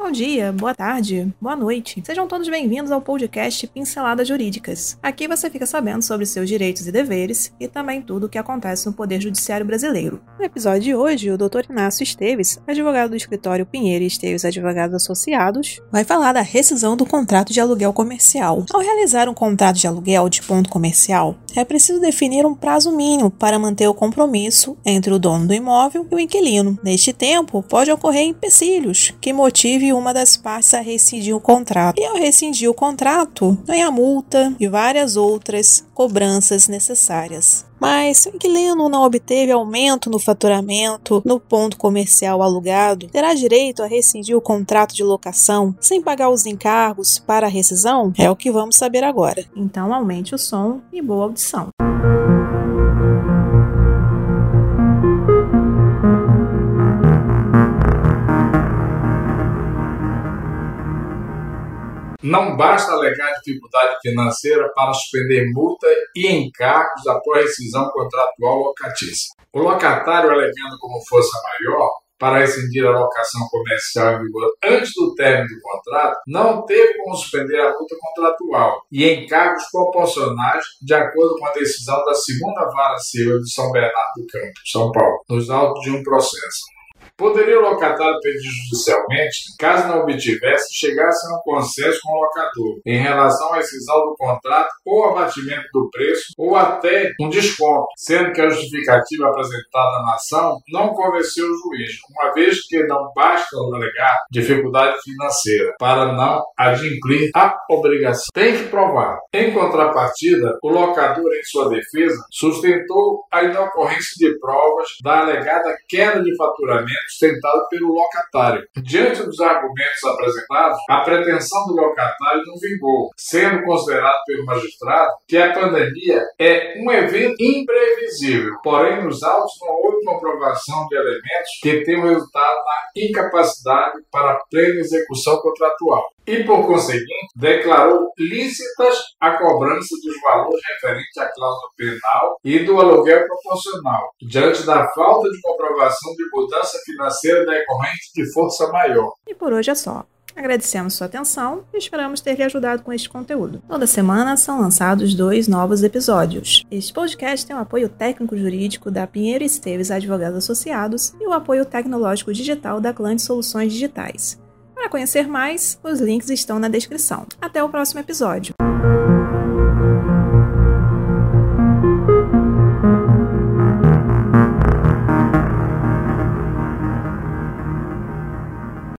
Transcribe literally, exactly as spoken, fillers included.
Bom dia, boa tarde, boa noite. Sejam todos bem-vindos ao podcast Pinceladas Jurídicas. Aqui você fica sabendo sobre seus direitos e deveres e também tudo o que acontece no Poder Judiciário brasileiro. No episódio de hoje, o doutor Inácio Esteves, advogado do escritório Pinheiro e Esteves Advogados Associados, vai falar da rescisão do contrato de aluguel comercial. Ao realizar um contrato de aluguel de ponto comercial, é preciso definir um prazo mínimo para manter o compromisso entre o dono do imóvel e o inquilino. Neste tempo, pode ocorrer empecilhos que motive uma das partes a rescindir o contrato. E ao rescindir o contrato, ganha multa e várias outras cobranças necessárias. Mas se o inquilino não obteve aumento no faturamento no ponto comercial alugado, terá direito a rescindir o contrato de locação sem pagar os encargos para a rescisão? É o que vamos saber agora. Então aumente o som e boa audição. Não basta alegar dificuldade financeira para suspender multa e encargos após rescisão contratual locatícia. O locatário, alegando como força maior para rescindir a locação comercial em vigor antes do término do contrato, não teve como suspender a multa contratual e encargos proporcionais de acordo com a decisão da segunda Vara Civil de São Bernardo do Campo, São Paulo, nos autos de um processo. Poderia o locatário pedir judicialmente, caso não obtivesse, chegasse a um consenso com o locador em relação à rescisão do contrato ou abatimento do preço ou até um desconto, sendo que a justificativa apresentada na ação não convenceu o juiz, uma vez que não basta alegar dificuldade financeira para não adimplir a obrigação. Tem que provar. Em contrapartida, o locador, em sua defesa, sustentou a inocorrência de provas da alegada queda de faturamento sustentado pelo locatário. Diante dos argumentos apresentados, a pretensão do locatário não vingou, sendo considerado pelo magistrado que a pandemia é um evento imprevisível. Porém, nos autos não houve comprovação de elementos que tenham resultado na incapacidade para a plena execução contratual. E, por conseguinte, declarou lícitas a cobrança dos valores referentes à cláusula penal e do aluguel proporcional, diante da falta de comprovação de mudança financeira decorrente de força maior. E por hoje é só. Agradecemos sua atenção e esperamos ter lhe ajudado com este conteúdo. Toda semana são lançados dois novos episódios. Este podcast tem o apoio técnico-jurídico da Pinheiro e Esteves Advogados Associados e o apoio tecnológico digital da Clã de Soluções Digitais. Para conhecer mais, os links estão na descrição. Até o próximo episódio.